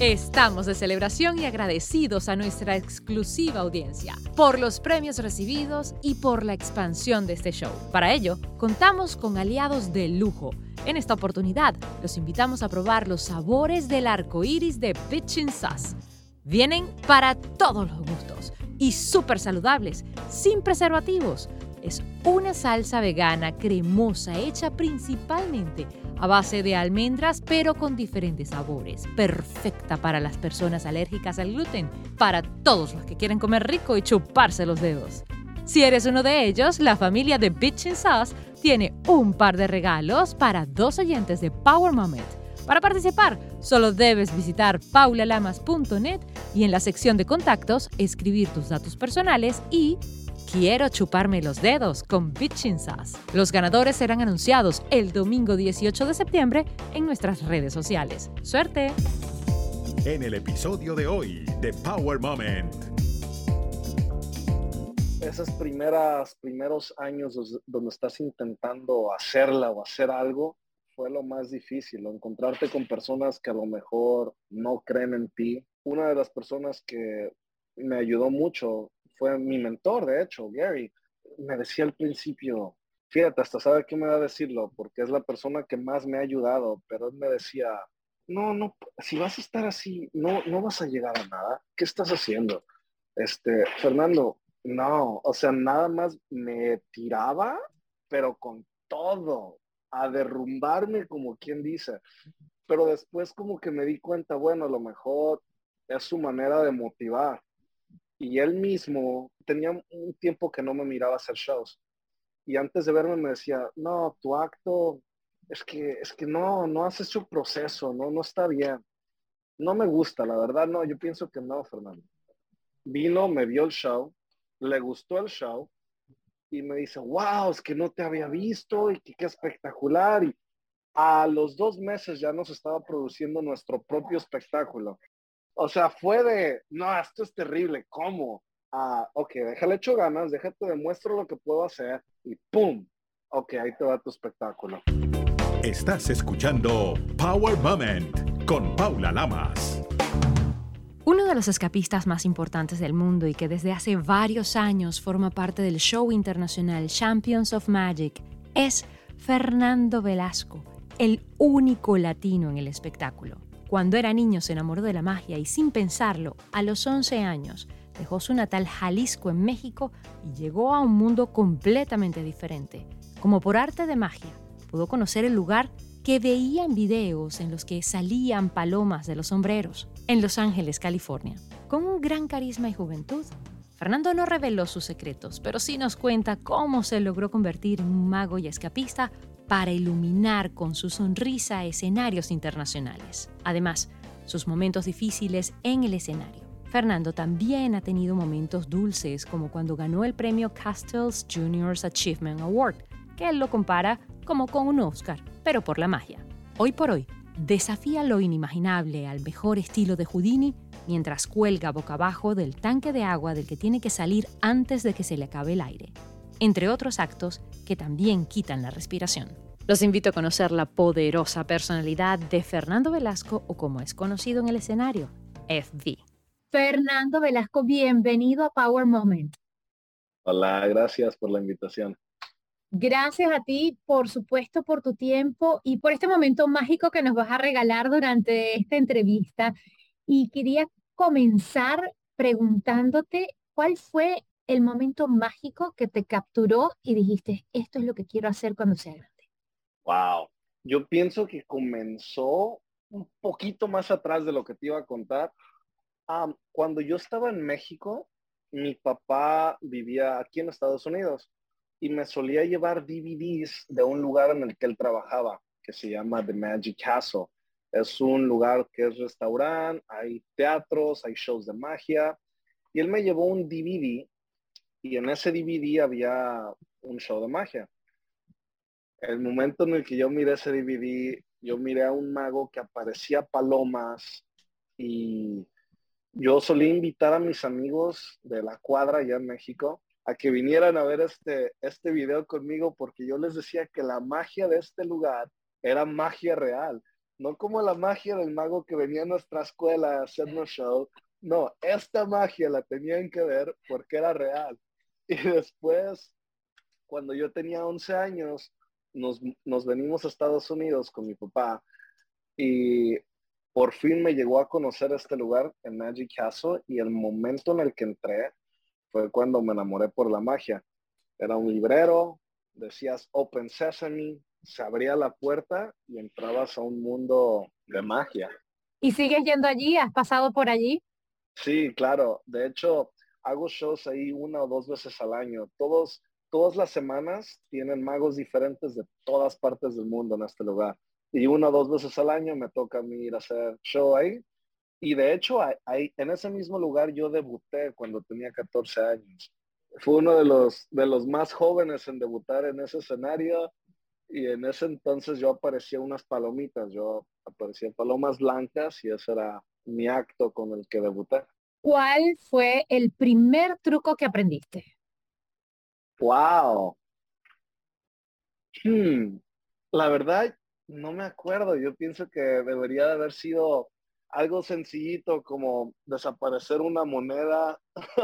Estamos de celebración y agradecidos a nuestra exclusiva audiencia por los premios recibidos y por la expansión de este show. Para ello, contamos con aliados de lujo. En esta oportunidad, los invitamos a probar los sabores del arco iris de Bitchin' Sauce. Vienen para todos los gustos y súper saludables, sin preservativos. Es una salsa vegana cremosa hecha principalmente a base de almendras, pero con diferentes sabores. Perfecta para las personas alérgicas al gluten, para todos los que quieren comer rico y chuparse los dedos. Si eres uno de ellos, la familia de Bitchin' Sauce tiene un par de regalos para 2 oyentes de Power Moment. Para participar, solo debes visitar paulalamas.net y en la sección de contactos escribir tus datos personales y "Quiero chuparme los dedos" con Bitchin' Sauce. Los ganadores serán anunciados el domingo 18 de septiembre en nuestras redes sociales. ¡Suerte! En el episodio de hoy de Power Moment. Esos primeros años donde estás intentando hacerla o hacer algo, fue lo más difícil, encontrarte con personas que a lo mejor no creen en ti. Una de las personas que me ayudó mucho fue mi mentor, de hecho, Gary. Me decía al principio, fíjate, hasta sabe qué me va a decirlo, porque es la persona que más me ha ayudado, pero él me decía, no, si vas a estar así, no vas a llegar a nada. ¿Qué estás haciendo? Fernando, no, o sea, nada más me tiraba, pero con todo, a derrumbarme, como quien dice. Pero después como que me di cuenta, bueno, a lo mejor es su manera de motivar. Y él mismo tenía un tiempo que no me miraba hacer shows. Y antes de verme me decía, no, tu acto, es que no has hecho proceso, no está bien. No me gusta, la verdad, no, yo pienso que no, Fernando. Vino, me vio el show, le gustó el show y me dice, wow, es que no te había visto y que qué espectacular. Y a los 2 meses ya nos estaba produciendo nuestro propio espectáculo. O sea, fue de, no, esto es terrible, ¿cómo? Ok, déjale echo ganas, déjate demuestro lo que puedo hacer y ¡pum! Ok, ahí te va tu espectáculo. Estás escuchando Power Moment con Paula Lamas. Uno de los escapistas más importantes del mundo y que desde hace varios años forma parte del show internacional Champions of Magic es Fernando Velasco, el único latino en el espectáculo. Cuando era niño se enamoró de la magia y sin pensarlo, a los 11 años, dejó su natal Jalisco en México y llegó a un mundo completamente diferente. Como por arte de magia, pudo conocer el lugar que veía en videos en los que salían palomas de los sombreros, en Los Ángeles, California. Con un gran carisma y juventud, Fernando no reveló sus secretos, pero sí nos cuenta cómo se logró convertir en un mago y escapista para iluminar con su sonrisa escenarios internacionales. Además, sus momentos difíciles en el escenario. Fernando también ha tenido momentos dulces, como cuando ganó el premio Castells Juniors Achievement Award, que él lo compara como con un Oscar, pero por la magia. Hoy por hoy, desafía lo inimaginable al mejor estilo de Houdini mientras cuelga boca abajo del tanque de agua del que tiene que salir antes de que se le acabe el aire, entre otros actos que también quitan la respiración. Los invito a conocer la poderosa personalidad de Fernando Velasco, o como es conocido en el escenario, FV. Fernando Velasco, bienvenido a Power Moment. Hola, gracias por la invitación. Gracias a ti, por supuesto, por tu tiempo y por este momento mágico que nos vas a regalar durante esta entrevista. Y quería comenzar preguntándote cuál fue el momento mágico que te capturó y dijiste, esto es lo que quiero hacer cuando sea grande. Wow. Yo pienso que comenzó un poquito más atrás de lo que te iba a contar. Cuando yo estaba en México, mi papá vivía aquí en Estados Unidos y me solía llevar DVDs de un lugar en el que él trabajaba, que se llama The Magic Castle. Es un lugar que es restaurante, hay teatros, hay shows de magia. Y él me llevó un DVD y en ese DVD había un show de magia. El momento en el que yo miré ese DVD, yo miré a un mago que aparecía palomas y yo solía invitar a mis amigos de la cuadra allá en México a que vinieran a ver este video conmigo porque yo les decía que la magia de este lugar era magia real. no como la magia del mago que venía a nuestra escuela a hacernos show. No, esta magia la tenían que ver porque era real. Y después, cuando yo tenía 11 años, nos venimos a Estados Unidos con mi papá y por fin me llegó a conocer este lugar en Magic Castle y el momento en el que entré fue cuando me enamoré por la magia. Era un librero, decías Open Sesame, se abría la puerta y entrabas a un mundo de magia. ¿Y sigues yendo allí? ¿Has pasado por allí? Sí, claro. De hecho, hago shows ahí 1 o 2 veces al año. Todas las semanas tienen magos diferentes de todas partes del mundo en este lugar. Y 1 o 2 veces al año me toca a mí ir a hacer show ahí. Y de hecho, en ese mismo lugar yo debuté cuando tenía 14 años. Fue uno de los más jóvenes en debutar en ese escenario. Y en ese entonces yo aparecía unas palomitas, yo aparecía palomas blancas y ese era mi acto con el que debuté. ¿Cuál fue el primer truco que aprendiste? ¡Wow! Hmm, La verdad, no me acuerdo. Yo pienso que debería de haber sido algo sencillito como desaparecer una moneda,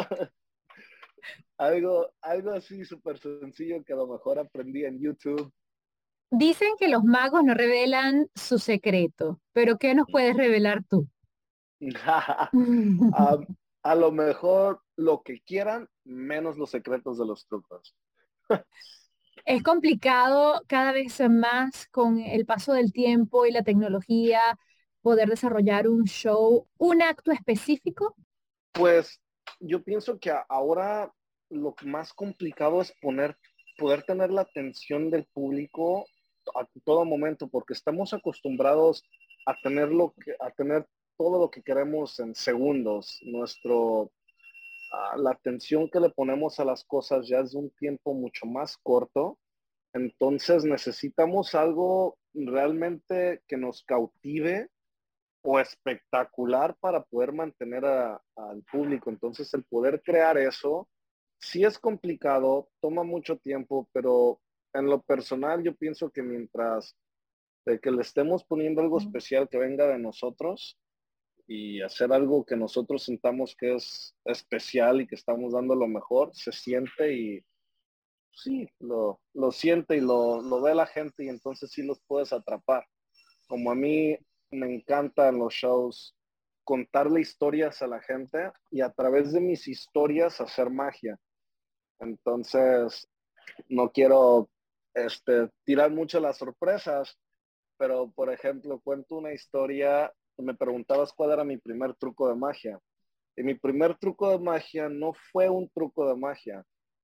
algo así súper sencillo que a lo mejor aprendí en YouTube. Dicen que los magos no revelan su secreto, pero ¿qué nos puedes revelar tú? a, a lo mejor lo que quieran, menos los secretos de los trucos. Es complicado cada vez más con el paso del tiempo y la tecnología poder desarrollar un show, un acto específico. Pues yo pienso que ahora lo más complicado es poder tener la atención del público a todo momento, porque estamos acostumbrados a tener todo lo que queremos en segundos. La atención que le ponemos a las cosas ya es de un tiempo mucho más corto. Entonces necesitamos algo realmente que nos cautive o espectacular para poder mantener al público. Entonces el poder crear eso sí es complicado, toma mucho tiempo, pero en lo personal yo pienso que mientras de que le estemos poniendo algo especial que venga de nosotros y hacer algo que nosotros sintamos que es especial y que estamos dando lo mejor, se siente y sí, lo siente y lo ve la gente y entonces sí los puedes atrapar. Como a mí me encantan los shows, contarle historias a la gente y a través de mis historias hacer magia. Entonces, no quiero tirar mucho las sorpresas, pero por ejemplo, cuento una historia, me preguntabas cuál era mi primer truco de magia. Y mi primer truco de magia no fue un truco de magia,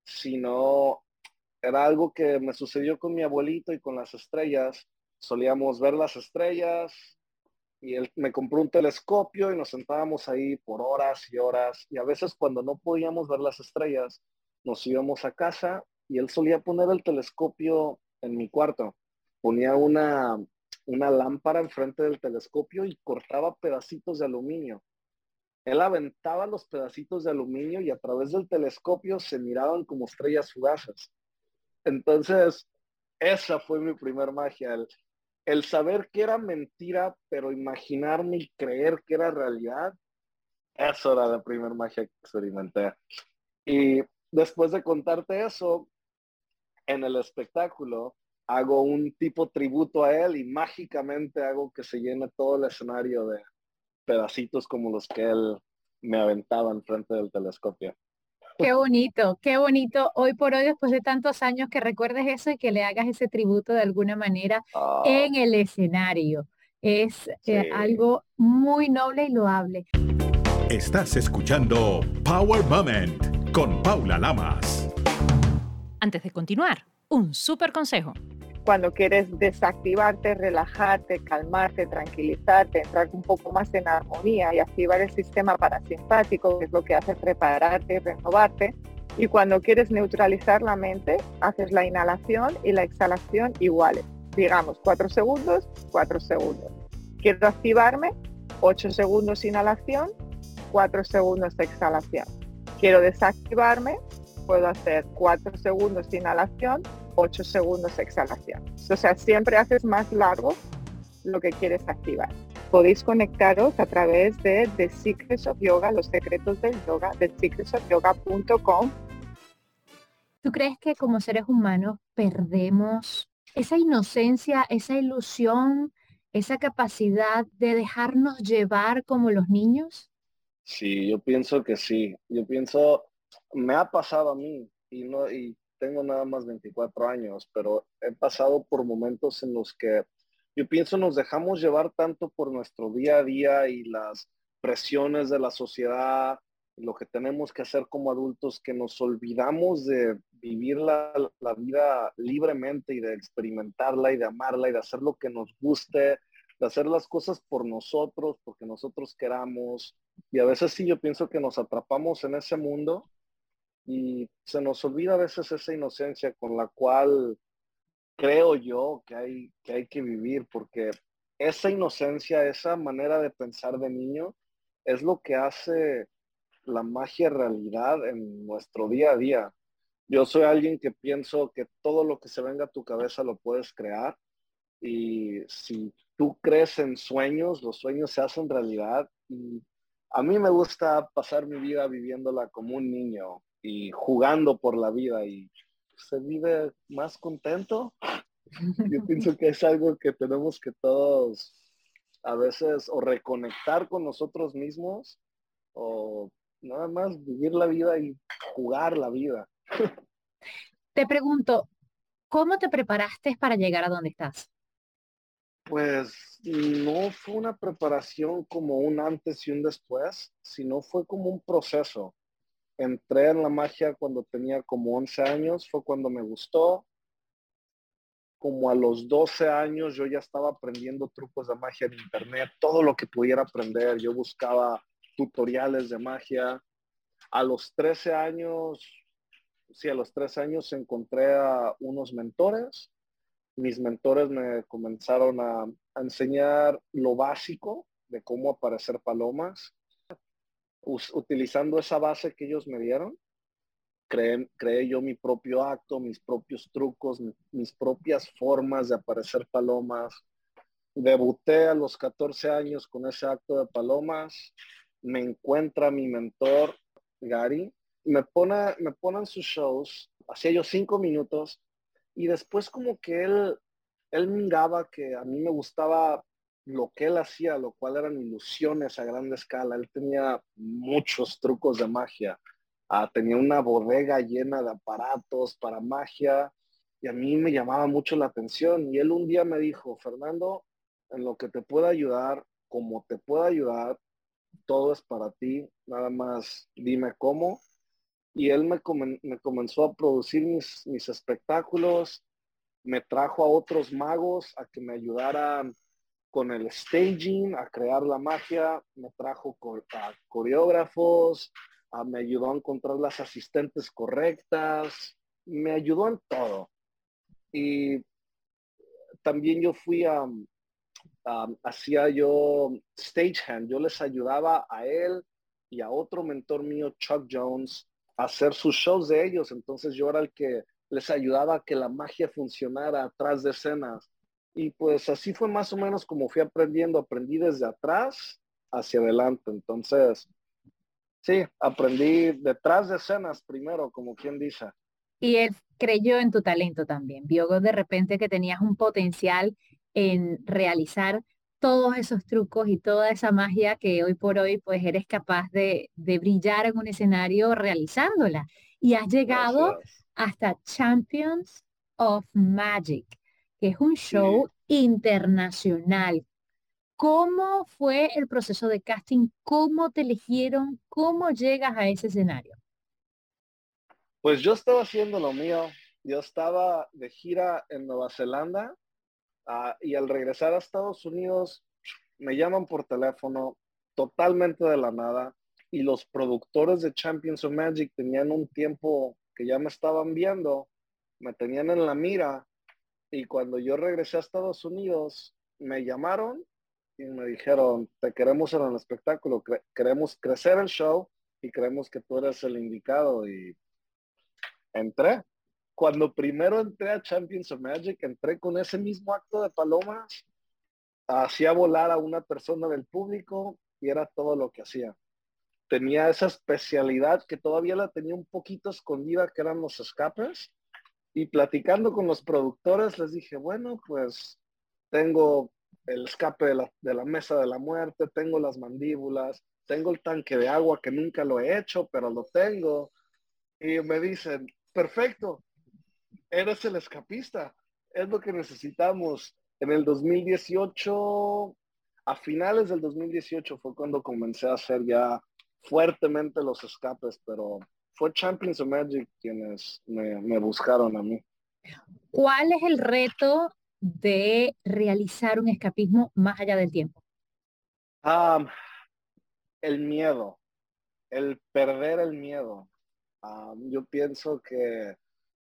sino era algo que me sucedió con mi abuelito y con las estrellas. Solíamos ver las estrellas y él me compró un telescopio y nos sentábamos ahí por horas y horas. Y a veces cuando no podíamos ver las estrellas, nos íbamos a casa y él solía poner el telescopio en mi cuarto. Ponía una lámpara enfrente del telescopio y cortaba pedacitos de aluminio. Él aventaba los pedacitos de aluminio y a través del telescopio se miraban como estrellas fugaces. Entonces, esa fue mi primer magia, el saber que era mentira, pero imaginarme y creer que era realidad. Eso era la primera magia que experimenté. Y después de contarte eso, en el espectáculo, hago un tipo tributo a él y mágicamente hago que se llene todo el escenario de pedacitos como los que él me aventaba enfrente del telescopio. Qué bonito hoy por hoy, después de tantos años, que recuerdes eso y que le hagas ese tributo de alguna manera Oh, en el escenario. Es sí. algo muy noble y loable. Estás escuchando Power Moment con Paula Lamas. Antes de continuar, un súper consejo. Cuando quieres desactivarte, relajarte, calmarte, tranquilizarte, entrar un poco más en armonía y activar el sistema parasimpático, que es lo que hace prepararte y renovarte. Y cuando quieres neutralizar la mente, haces la inhalación y la exhalación iguales. Digamos, 4 segundos, 4 segundos. Quiero activarme, 8 segundos inhalación, 4 segundos de exhalación. Quiero desactivarme, puedo hacer 4 segundos de inhalación, 8 segundos de exhalación. O sea, siempre haces más largo lo que quieres activar. Podéis conectaros a través de The Secrets of Yoga, los secretos del yoga, thesecretsofyoga.com. ¿Tú crees que como seres humanos perdemos esa inocencia, esa ilusión, esa capacidad de dejarnos llevar como los niños? Sí, yo pienso que sí. Yo pienso, me ha pasado a mí y tengo nada más 24 años, pero he pasado por momentos en los que yo pienso nos dejamos llevar tanto por nuestro día a día y las presiones de la sociedad, lo que tenemos que hacer como adultos, que nos olvidamos de vivir la vida libremente y de experimentarla y de amarla y de hacer lo que nos guste, de hacer las cosas por nosotros, porque nosotros queramos. Y a veces sí, yo pienso que nos atrapamos en ese mundo y se nos olvida a veces esa inocencia con la cual creo yo que hay que vivir, porque esa inocencia, esa manera de pensar de niño, es lo que hace la magia realidad en nuestro día a día. Yo soy alguien que pienso que todo lo que se venga a tu cabeza lo puedes crear, y si tú crees en sueños, los sueños se hacen realidad. Y a mí me gusta pasar mi vida viviéndola como un niño y jugando por la vida, y se vive más contento. Yo pienso que es algo que tenemos que todos a veces o reconectar con nosotros mismos o nada más vivir la vida y jugar la vida. Te pregunto, ¿cómo te preparaste para llegar a donde estás? Pues no fue una preparación como un antes y un después, sino fue como un proceso. Entré en la magia cuando tenía como 11 años, fue cuando me gustó. Como a los 12 años yo ya estaba aprendiendo trucos de magia en internet, todo lo que pudiera aprender. Yo buscaba tutoriales de magia. A los 13 años, sí, a los 13 años encontré a unos mentores. Mis mentores me comenzaron a enseñar lo básico de cómo aparecer palomas. Utilizando esa base que ellos me dieron, creé yo mi propio acto, mis propios trucos, mis propias formas de aparecer palomas. Debuté a los 14 años con ese acto de palomas. Me encuentra mi mentor, Gary. Me pone en sus shows. Hacía yo 5 minutos. Y después como que él miraba que a mí me gustaba lo que él hacía, lo cual eran ilusiones a gran escala. Él tenía muchos trucos de magia. Tenía una bodega llena de aparatos para magia y a mí me llamaba mucho la atención. Y él un día me dijo, Fernando, en lo que te pueda ayudar, como te pueda ayudar, todo es para ti, nada más dime cómo. Y él me comenzó a producir mis espectáculos, me trajo a otros magos a que me ayudaran con el staging, a crear la magia, me trajo a coreógrafos, me ayudó a encontrar las asistentes correctas, me ayudó en todo. Y también yo fui hacía yo stagehand, yo les ayudaba a él y a otro mentor mío, Chuck Jones, a hacer sus shows de ellos. Entonces yo era el que les ayudaba a que la magia funcionara atrás de escenas. Y pues así fue más o menos como fui aprendiendo. Aprendí desde atrás hacia adelante. Entonces, sí, aprendí detrás de escenas primero, como quien dice. Y él creyó en tu talento también. Vio de repente que tenías un potencial en realizar todos esos trucos y toda esa magia que hoy por hoy pues eres capaz de brillar en un escenario realizándola. Y has llegado Gracias. hasta Champions of Magic, que es un Sí. show internacional. ¿Cómo fue el proceso de casting? ¿Cómo te eligieron? ¿Cómo llegas a ese escenario? Pues yo estaba haciendo lo mío. Yo estaba de gira en Nueva Zelanda. Y al regresar a Estados Unidos, me llaman por teléfono totalmente de la nada, y los productores de Champions of Magic tenían un tiempo que ya me estaban viendo, me tenían en la mira, y cuando yo regresé a Estados Unidos, me llamaron y me dijeron, te queremos en el espectáculo, queremos crecer el show y creemos que tú eres el indicado. Y entré. Cuando primero entré a Champions of Magic, entré con ese mismo acto de palomas hacía volar a una persona del público y era todo lo que hacía. Tenía esa especialidad que todavía la tenía un poquito escondida, que eran los escapes. Y platicando con los productores les dije, bueno, pues tengo el escape de la mesa de la muerte, tengo las mandíbulas, tengo el tanque de agua que nunca lo he hecho, pero lo tengo. Y me dicen, perfecto, eres el escapista, es lo que necesitamos. En el 2018, a finales del 2018 fue cuando comencé a hacer ya fuertemente los escapes, pero fue Champions of Magic quienes me buscaron a mí. ¿Cuál es el reto de realizar un escapismo más allá del tiempo? Ah, el miedo, el perder el miedo. Yo pienso que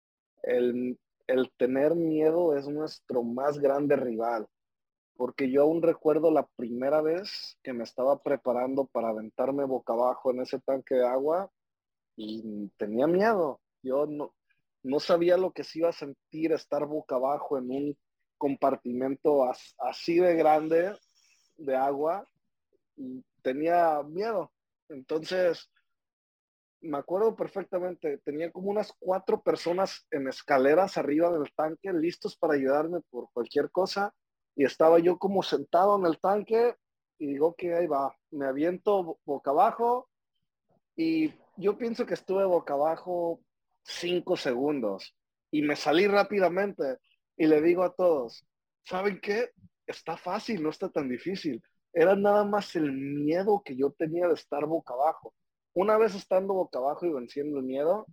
el tener miedo es nuestro más grande rival, porque yo aún recuerdo la primera vez que me estaba preparando para aventarme boca abajo en ese tanque de agua y tenía miedo. Yo no sabía lo que se iba a sentir estar boca abajo en un compartimento así de grande de agua y tenía miedo. Entonces, me acuerdo perfectamente, tenía como unas 4 personas en escaleras arriba del tanque listos para ayudarme por cualquier cosa y estaba yo como sentado en el tanque y digo que ahí va, me aviento boca abajo y yo pienso que estuve boca abajo 5 segundos y me salí rápidamente y le digo a todos, ¿saben qué? Está fácil, no está tan difícil. Era nada más el miedo que yo tenía de estar boca abajo. Una vez estando boca abajo y venciendo el miedo,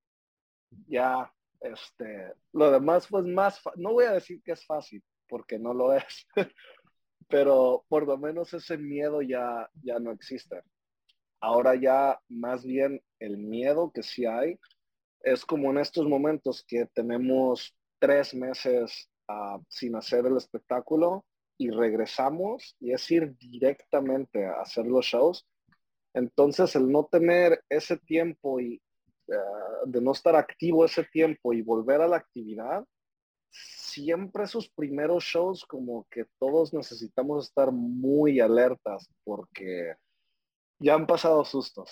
ya, lo demás fue más, no voy a decir que es fácil, porque no lo es, pero por lo menos ese miedo ya no existe. Ahora ya más bien el miedo que sí hay es como en estos momentos que tenemos 3 meses sin hacer el espectáculo y regresamos y es ir directamente a hacer los shows. Entonces el no tener ese tiempo y de no estar activo ese tiempo y volver a la actividad, siempre esos primeros shows como que todos necesitamos estar muy alertas porque ya han pasado sustos.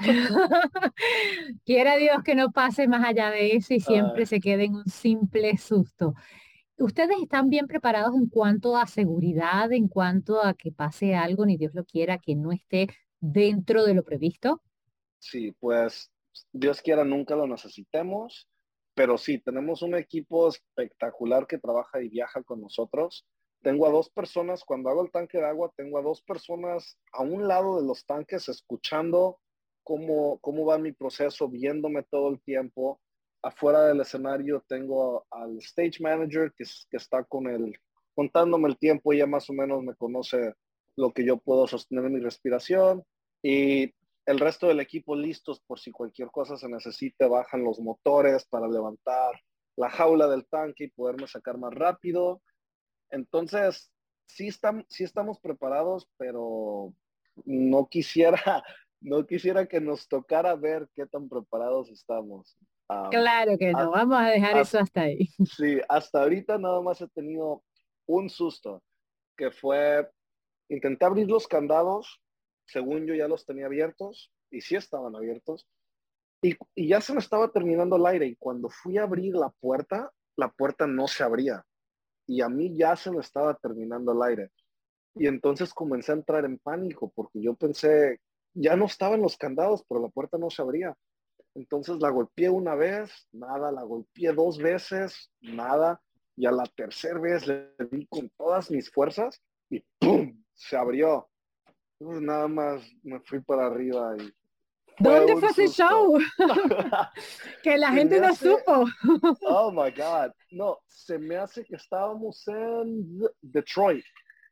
Quiera Dios que no pase más allá de eso y siempre Uh, se quede en un simple susto. ¿Ustedes están bien preparados en cuanto a seguridad, en cuanto a que pase algo, ni Dios lo quiera, que no esté dentro de lo previsto? sí, pues Dios quiera nunca lo necesitemos, pero sí, tenemos un equipo espectacular que trabaja y viaja con nosotros. Tengo a 2 personas, cuando hago el tanque de agua, tengo a 2 personas a un lado de los tanques escuchando cómo va mi proceso, viéndome todo el tiempo. Afuera del escenario tengo al stage manager que está contándome el tiempo, ya más o menos me conoce lo que yo puedo sostener en mi respiración. Y el resto del equipo listos por si cualquier cosa se necesite, bajan los motores para levantar la jaula del tanque y poderme sacar más rápido. Entonces, sí estamos preparados, pero no quisiera, no quisiera que nos tocara ver qué tan preparados estamos. Um, Claro que no, haz- vamos a dejar eso hasta ahí. sí, hasta ahorita nada más he tenido un susto, que fue intenté abrir los candados, según yo ya los tenía abiertos, y sí estaban abiertos, y ya se me estaba terminando el aire, y cuando fui a abrir la puerta no se abría, y a mí ya se me estaba terminando el aire. Y entonces comencé a entrar en pánico, porque yo pensé, ya no estaban los candados, pero la puerta no se abría. Entonces la golpeé una vez, nada, la golpeé 2 veces, nada, y a la tercera vez le di con todas mis fuerzas y ¡pum! Se abrió. Entonces nada más me fui para arriba y fue ¿Dónde un fue ese susto. show? Que la Se gente me no hace, supo. oh my God, no, se me hace que estábamos en Detroit.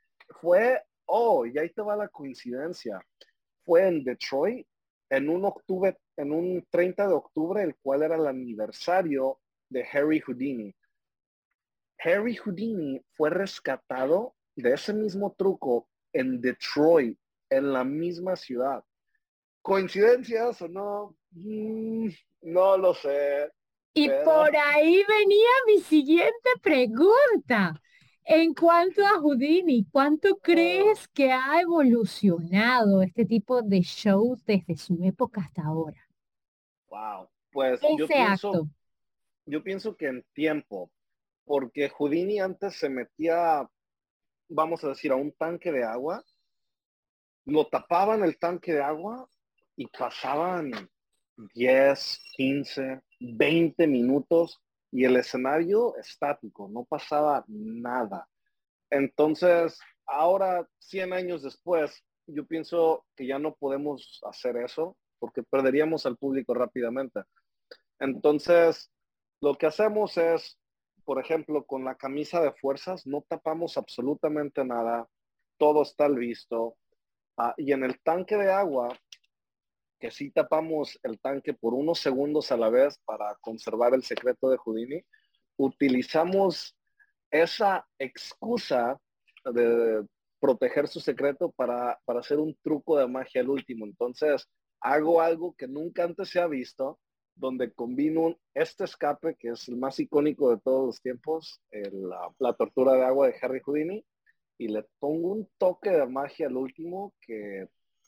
Y ahí te va la coincidencia. Fue en Detroit en un 30 de octubre, el cual era el aniversario de Harry Houdini. Harry Houdini fue rescatado de ese mismo truco en Detroit, en la misma ciudad. ¿Coincidencias o no? No lo sé, Y pero por ahí venía mi siguiente pregunta. En cuanto a Houdini, ¿cuánto Oh, crees que ha evolucionado este tipo de shows desde su época hasta ahora? wow. Pues Ese acto. yo pienso que en tiempo, porque Houdini antes se metía, vamos a decir, a un tanque de agua, lo tapaban el tanque de agua y pasaban 10, 15, 20 minutos y el escenario estático, no pasaba nada. Entonces, ahora, 100 años después, yo pienso que ya no podemos hacer eso porque perderíamos al público rápidamente. Entonces, lo que hacemos es, por ejemplo, con la camisa de fuerzas, no tapamos absolutamente nada, todo está al visto. Y en el tanque de agua, que sí tapamos el tanque por unos segundos a la vez para conservar el secreto de Houdini, utilizamos esa excusa de proteger su secreto para hacer un truco de magia al último. Entonces, hago algo que nunca antes se ha visto, donde combino este escape, que es el más icónico de todos los tiempos, la tortura de agua de Harry Houdini, y le pongo un toque de magia al último que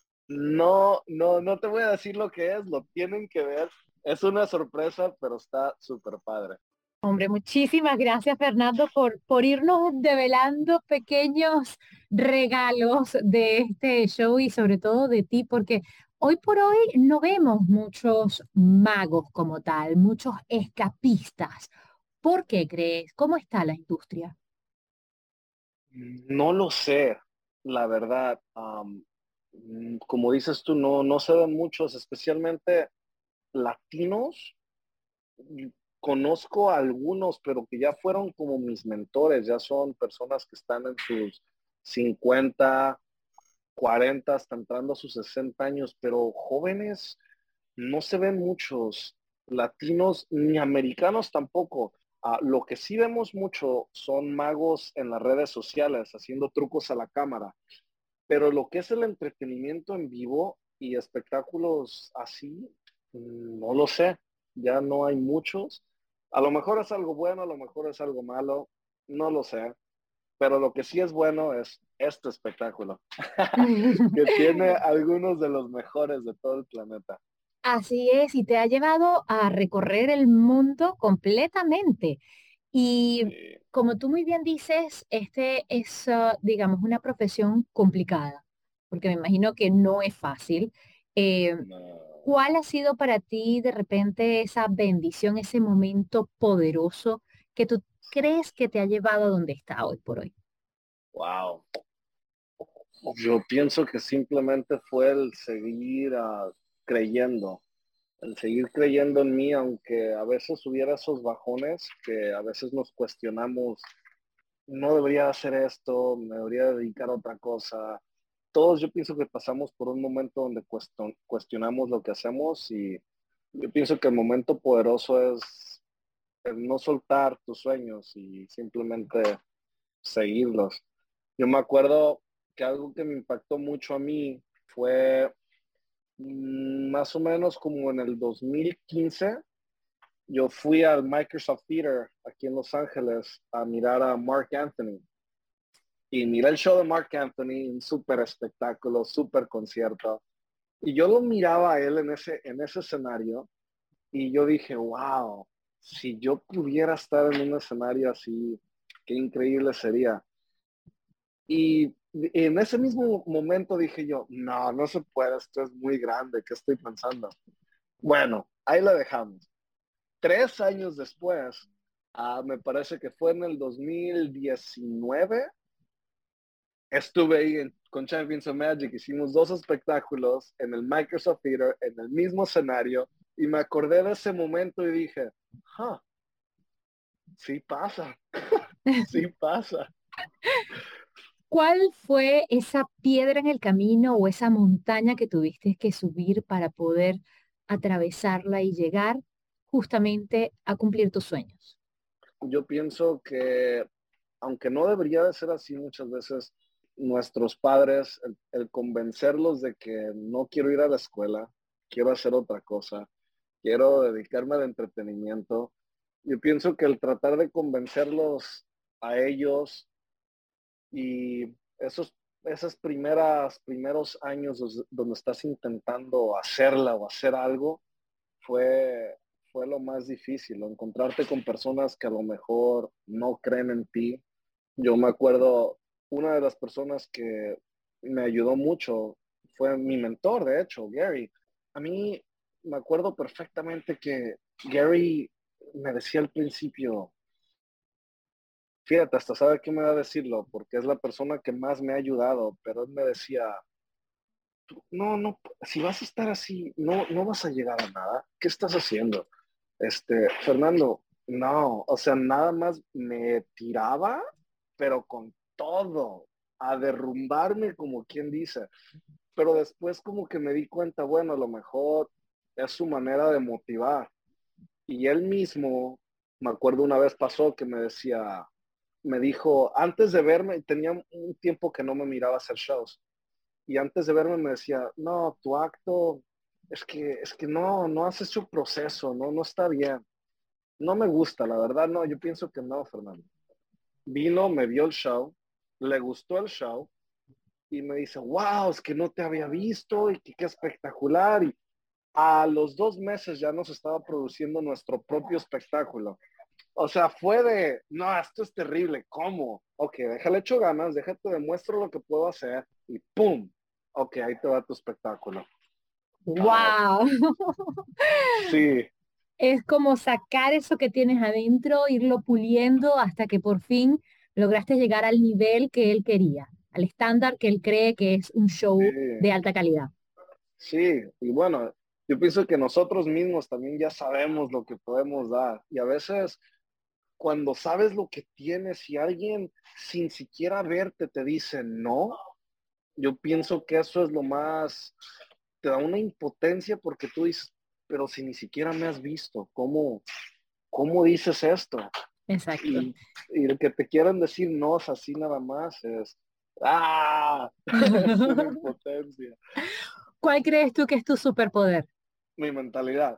no te voy a decir lo que es, lo tienen que ver. Es una sorpresa, pero está súper padre. Hombre, muchísimas gracias, Fernando, por irnos develando pequeños regalos de este show y sobre todo de ti, porque hoy por hoy no vemos muchos magos como tal, muchos escapistas. ¿Por qué crees? ¿Cómo está la industria? No lo sé, la verdad. Como dices tú, no se ven muchos, especialmente latinos. Conozco a algunos, pero que ya fueron como mis mentores, ya son personas que están en sus 50, 40, hasta entrando a sus 60 años, pero jóvenes no se ven muchos, latinos ni americanos tampoco. Lo que sí vemos mucho son magos en las redes sociales haciendo trucos a la cámara, pero lo que es el entretenimiento en vivo y espectáculos así, no lo sé, ya no hay muchos. A lo mejor es algo bueno, a lo mejor es algo malo, no lo sé, pero lo que sí es bueno es este espectáculo, que tiene algunos de los mejores de todo el planeta. Así es, y te ha llevado a recorrer el mundo completamente. Y Sí, como tú muy bien dices, este es, digamos, una profesión complicada, porque me imagino que no es fácil. Eh, no, ¿Cuál ha sido para ti de repente esa bendición, ese momento poderoso que tú crees que te ha llevado a donde está hoy por hoy? wow. Yo pienso que simplemente fue el seguir creyendo, el seguir creyendo en mí, aunque a veces hubiera esos bajones que a veces nos cuestionamos, no debería hacer esto, me debería dedicar a otra cosa. Todos yo pienso que pasamos por un momento donde cuestionamos lo que hacemos y yo pienso que el momento poderoso es el no soltar tus sueños y simplemente seguirlos. Yo me acuerdo que algo que me impactó mucho a mí fue más o menos como en el 2015. Yo fui al Microsoft Theater aquí en Los Ángeles a mirar a Mark Anthony. Y miré el show de Mark Anthony, un súper espectáculo, súper concierto. Y yo lo miraba a él en ese escenario y yo dije, wow, si yo pudiera estar en un escenario así, qué increíble sería. Y en ese mismo momento dije yo, no se puede, esto es muy grande, ¿qué estoy pensando? Bueno, ahí lo dejamos. 3 años después, me parece que fue en el 2019, estuve ahí con Champions of Magic, hicimos dos espectáculos en el Microsoft Theater, en el mismo escenario, y me acordé de ese momento y dije, huh, sí pasa, sí pasa. ¿Cuál fue esa piedra en el camino o esa montaña que tuviste que subir para poder atravesarla y llegar justamente a cumplir tus sueños? Yo pienso que, aunque no debería de ser así muchas veces, nuestros padres, el convencerlos de que no quiero ir a la escuela, quiero hacer otra cosa, quiero dedicarme al entretenimiento, yo pienso que el tratar de convencerlos a ellos Y esos primeros años donde estás intentando hacerla o hacer algo, fue, fue lo más difícil, encontrarte con personas que a lo mejor no creen en ti. Yo me acuerdo, una de las personas que me ayudó mucho fue mi mentor, de hecho, Gary. A mí me acuerdo perfectamente que Gary me decía al principio, fíjate, hasta sabe qué me va a decirlo, porque es la persona que más me ha ayudado, pero él me decía, no, no, si vas a estar así, no vas a llegar a nada. ¿Qué estás haciendo? Fernando, no, o sea, nada más me tiraba, pero con todo, a derrumbarme, como quien dice. Pero después como que me di cuenta, bueno, a lo mejor es su manera de motivar. Y él mismo, me acuerdo una vez pasó que me decía, me dijo, antes de verme, tenía un tiempo que no me miraba a hacer shows y antes de verme me decía, no, tu acto es que no has hecho proceso, no está bien. No me gusta, la verdad, no, yo pienso que no, Fernando. Vino, me vio el show, le gustó el show y me dice, wow, es que no te había visto y que qué espectacular. Y a los 2 meses ya nos estaba produciendo nuestro propio espectáculo. O sea, fue de, no, esto es terrible, ¿cómo? Ok, déjale hecho ganas, déjate demuestro lo que puedo hacer y ¡pum! Ok, ahí te va tu espectáculo. Ah, ¡Wow! sí, Es como sacar eso que tienes adentro, irlo puliendo hasta que por fin lograste llegar al nivel que él quería, al estándar que él cree que es un show sí, de alta calidad. sí. Y bueno, yo pienso que nosotros mismos también ya sabemos lo que podemos dar. Y a veces cuando sabes lo que tienes y alguien sin siquiera verte te dice no, yo pienso que eso es lo más, te da una impotencia porque tú dices, pero si ni siquiera me has visto, ¿cómo dices esto? Exacto. Y el que te quieran decir no es así nada más, ¡ah! Es una impotencia. ¿Cuál crees tú que es tu superpoder? Mi mentalidad,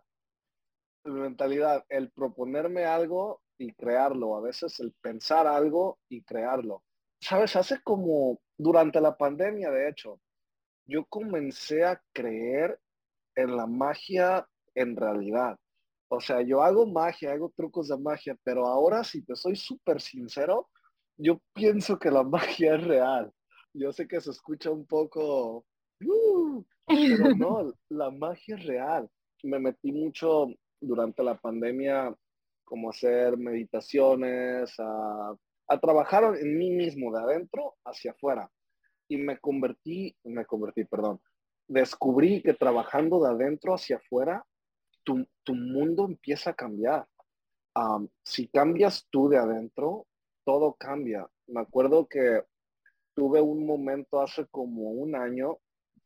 el proponerme algo y crearlo, a veces el pensar algo y crearlo. Sabes, hace como durante la pandemia, de hecho, yo comencé a creer en la magia en realidad. O sea, yo hago magia, hago trucos de magia, pero ahora, si te soy súper sincero, yo pienso que la magia es real. Yo sé que se escucha un poco, "Uh", pero no, la magia es real. Me metí mucho durante la pandemia como a hacer meditaciones, a trabajar en mí mismo, de adentro hacia afuera. Y perdón, descubrí que trabajando de adentro hacia afuera, tu mundo empieza a cambiar. Si cambias tú de adentro, todo cambia. Me acuerdo que tuve un momento hace como un año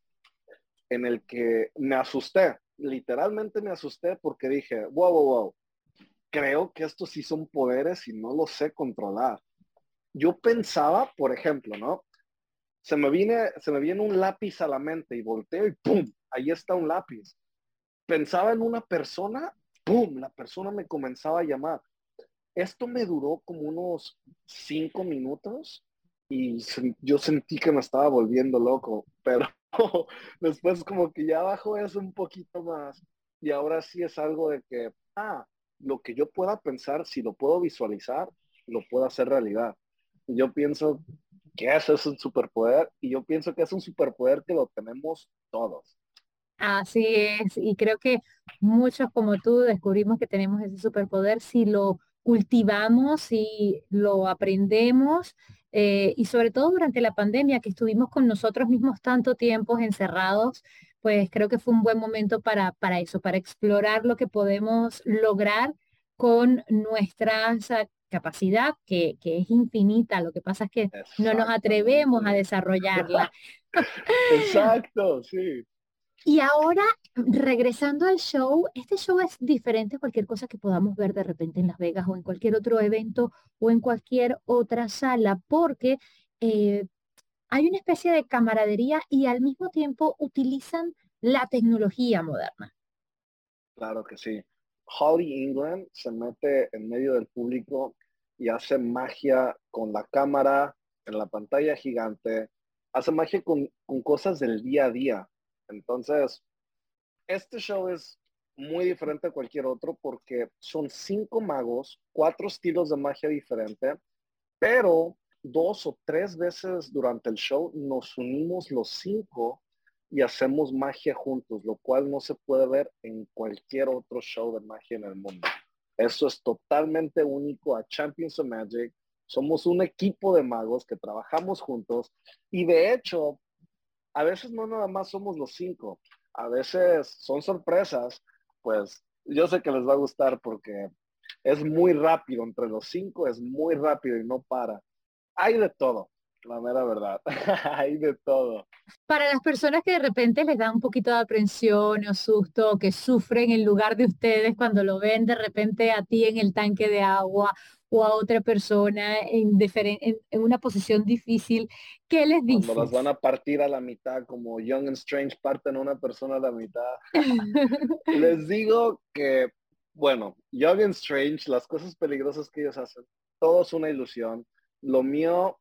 en el que me asusté, literalmente me asusté porque dije, wow, wow, wow, creo que estos sí son poderes y no los sé controlar. Yo pensaba, por ejemplo, ¿no? Se me viene un lápiz a la mente y volteo y ¡pum! Ahí está un lápiz. Pensaba en una persona, ¡pum! La persona me comenzaba a llamar. Esto me duró como unos 5 minutos y yo sentí que me estaba volviendo loco, pero después como que ya bajó eso un poquito más y ahora sí es algo de que, lo que yo pueda pensar, si lo puedo visualizar, lo puedo hacer realidad. Yo pienso que eso es un superpoder y yo pienso que es un superpoder que lo tenemos todos. Así es, y creo que muchos como tú descubrimos que tenemos ese superpoder si lo cultivamos, si lo aprendemos, y sobre todo durante la pandemia que estuvimos con nosotros mismos tanto tiempo encerrados, pues creo que fue un buen momento para eso, para explorar lo que podemos lograr con nuestra capacidad, que es infinita. Lo que pasa es que no nos atrevemos a Exactamente. desarrollarla. Exacto, sí. Y ahora, regresando al show, este show es diferente a cualquier cosa que podamos ver de repente en Las Vegas o en cualquier otro evento o en cualquier otra sala, porque eh, hay una especie de camaradería y al mismo tiempo utilizan la tecnología moderna. Claro que sí. Holly England se mete en medio del público y hace magia con la cámara. en la pantalla gigante, hace magia con cosas del día a día. Entonces, este show es muy diferente a cualquier otro porque son 5 magos, 4 estilos de magia diferente, pero 2 o 3 veces durante el show nos unimos los 5 y hacemos magia juntos, lo cual no se puede ver en cualquier otro show de magia en el mundo. Eso es totalmente único a Champions of Magic. Somos un equipo de magos que trabajamos juntos y de hecho, a veces no nada más somos los 5, a veces son sorpresas, pues yo sé que les va a gustar porque es muy rápido, entre los 5 es muy rápido y no para. Hay de todo, la mera verdad, hay de todo. Para las personas que de repente les da un poquito de aprensión o susto, o que sufren en lugar de ustedes cuando lo ven de repente a ti en el tanque de agua o a otra persona en una posición difícil, ¿qué les Cuando las dices? van a partir a la mitad, como Young and Strange parten a una persona a la mitad. Les digo que, bueno, Young and Strange, las cosas peligrosas que ellos hacen, todo es una ilusión. Lo mío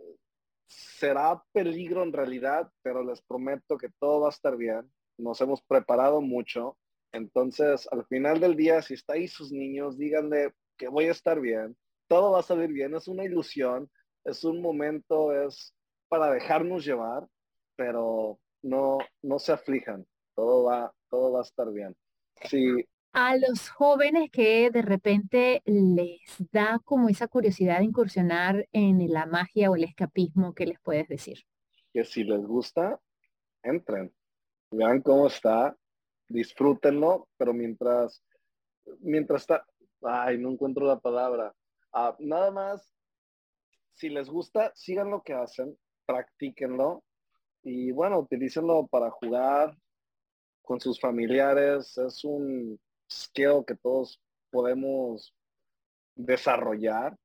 será peligro en realidad, pero les prometo que todo va a estar bien. Nos hemos preparado mucho. Entonces, al final del día, si está ahí sus niños, díganle que voy a estar bien. Todo va a salir bien. Es una ilusión, es un momento, es para dejarnos llevar, pero no se aflijan. Todo va a estar bien. Sí, A los jóvenes que de repente les da como esa curiosidad de incursionar en la magia o el escapismo, ¿qué les puedes decir? que si les gusta, entren. Vean cómo está, disfrútenlo, pero mientras está, ay, no encuentro la palabra. Nada más, si les gusta, sigan lo que hacen, practíquenlo y bueno, utilícenlo para jugar con sus familiares. Es un skill que todos podemos desarrollar.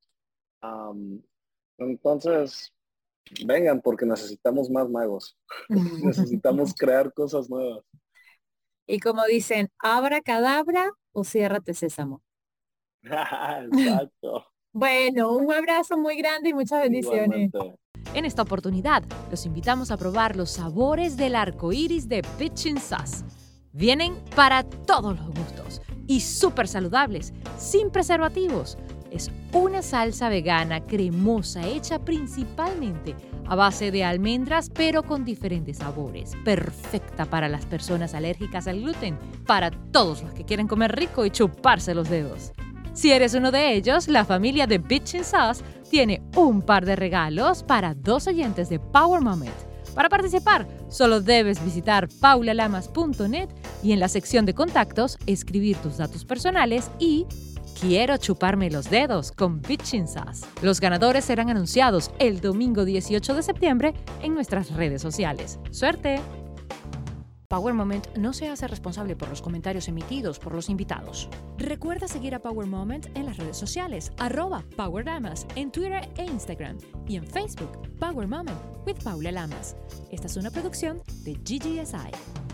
Entonces, vengan porque necesitamos más magos. Necesitamos crear cosas nuevas. Y como dicen, abra cadabra o ciérrate sésamo. Exacto. Bueno, un abrazo muy grande y muchas bendiciones. Igualmente. En esta oportunidad, los invitamos a probar los sabores del arco iris de Bitchin' Sauce. Vienen para todos los gustos y súper saludables, sin preservativos. Es una salsa vegana cremosa hecha principalmente a base de almendras, pero con diferentes sabores. Perfecta para las personas alérgicas al gluten, para todos los que quieren comer rico y chuparse los dedos. Si eres uno de ellos, la familia de Bitchin' Sauce tiene un par de regalos para 2 oyentes de Power Moment. Para participar, solo debes visitar paulalamas.net y en la sección de contactos escribir tus datos personales y quiero chuparme los dedos con Bitchin' Sauce. Los ganadores serán anunciados el domingo 18 de septiembre en nuestras redes sociales. ¡Suerte! Power Moment no se hace responsable por los comentarios emitidos por los invitados. Recuerda seguir a Power Moment en las redes sociales, @PowerLamas, en Twitter e Instagram, y en Facebook, Power Moment with Paula Lamas. Esta es una producción de GGSI.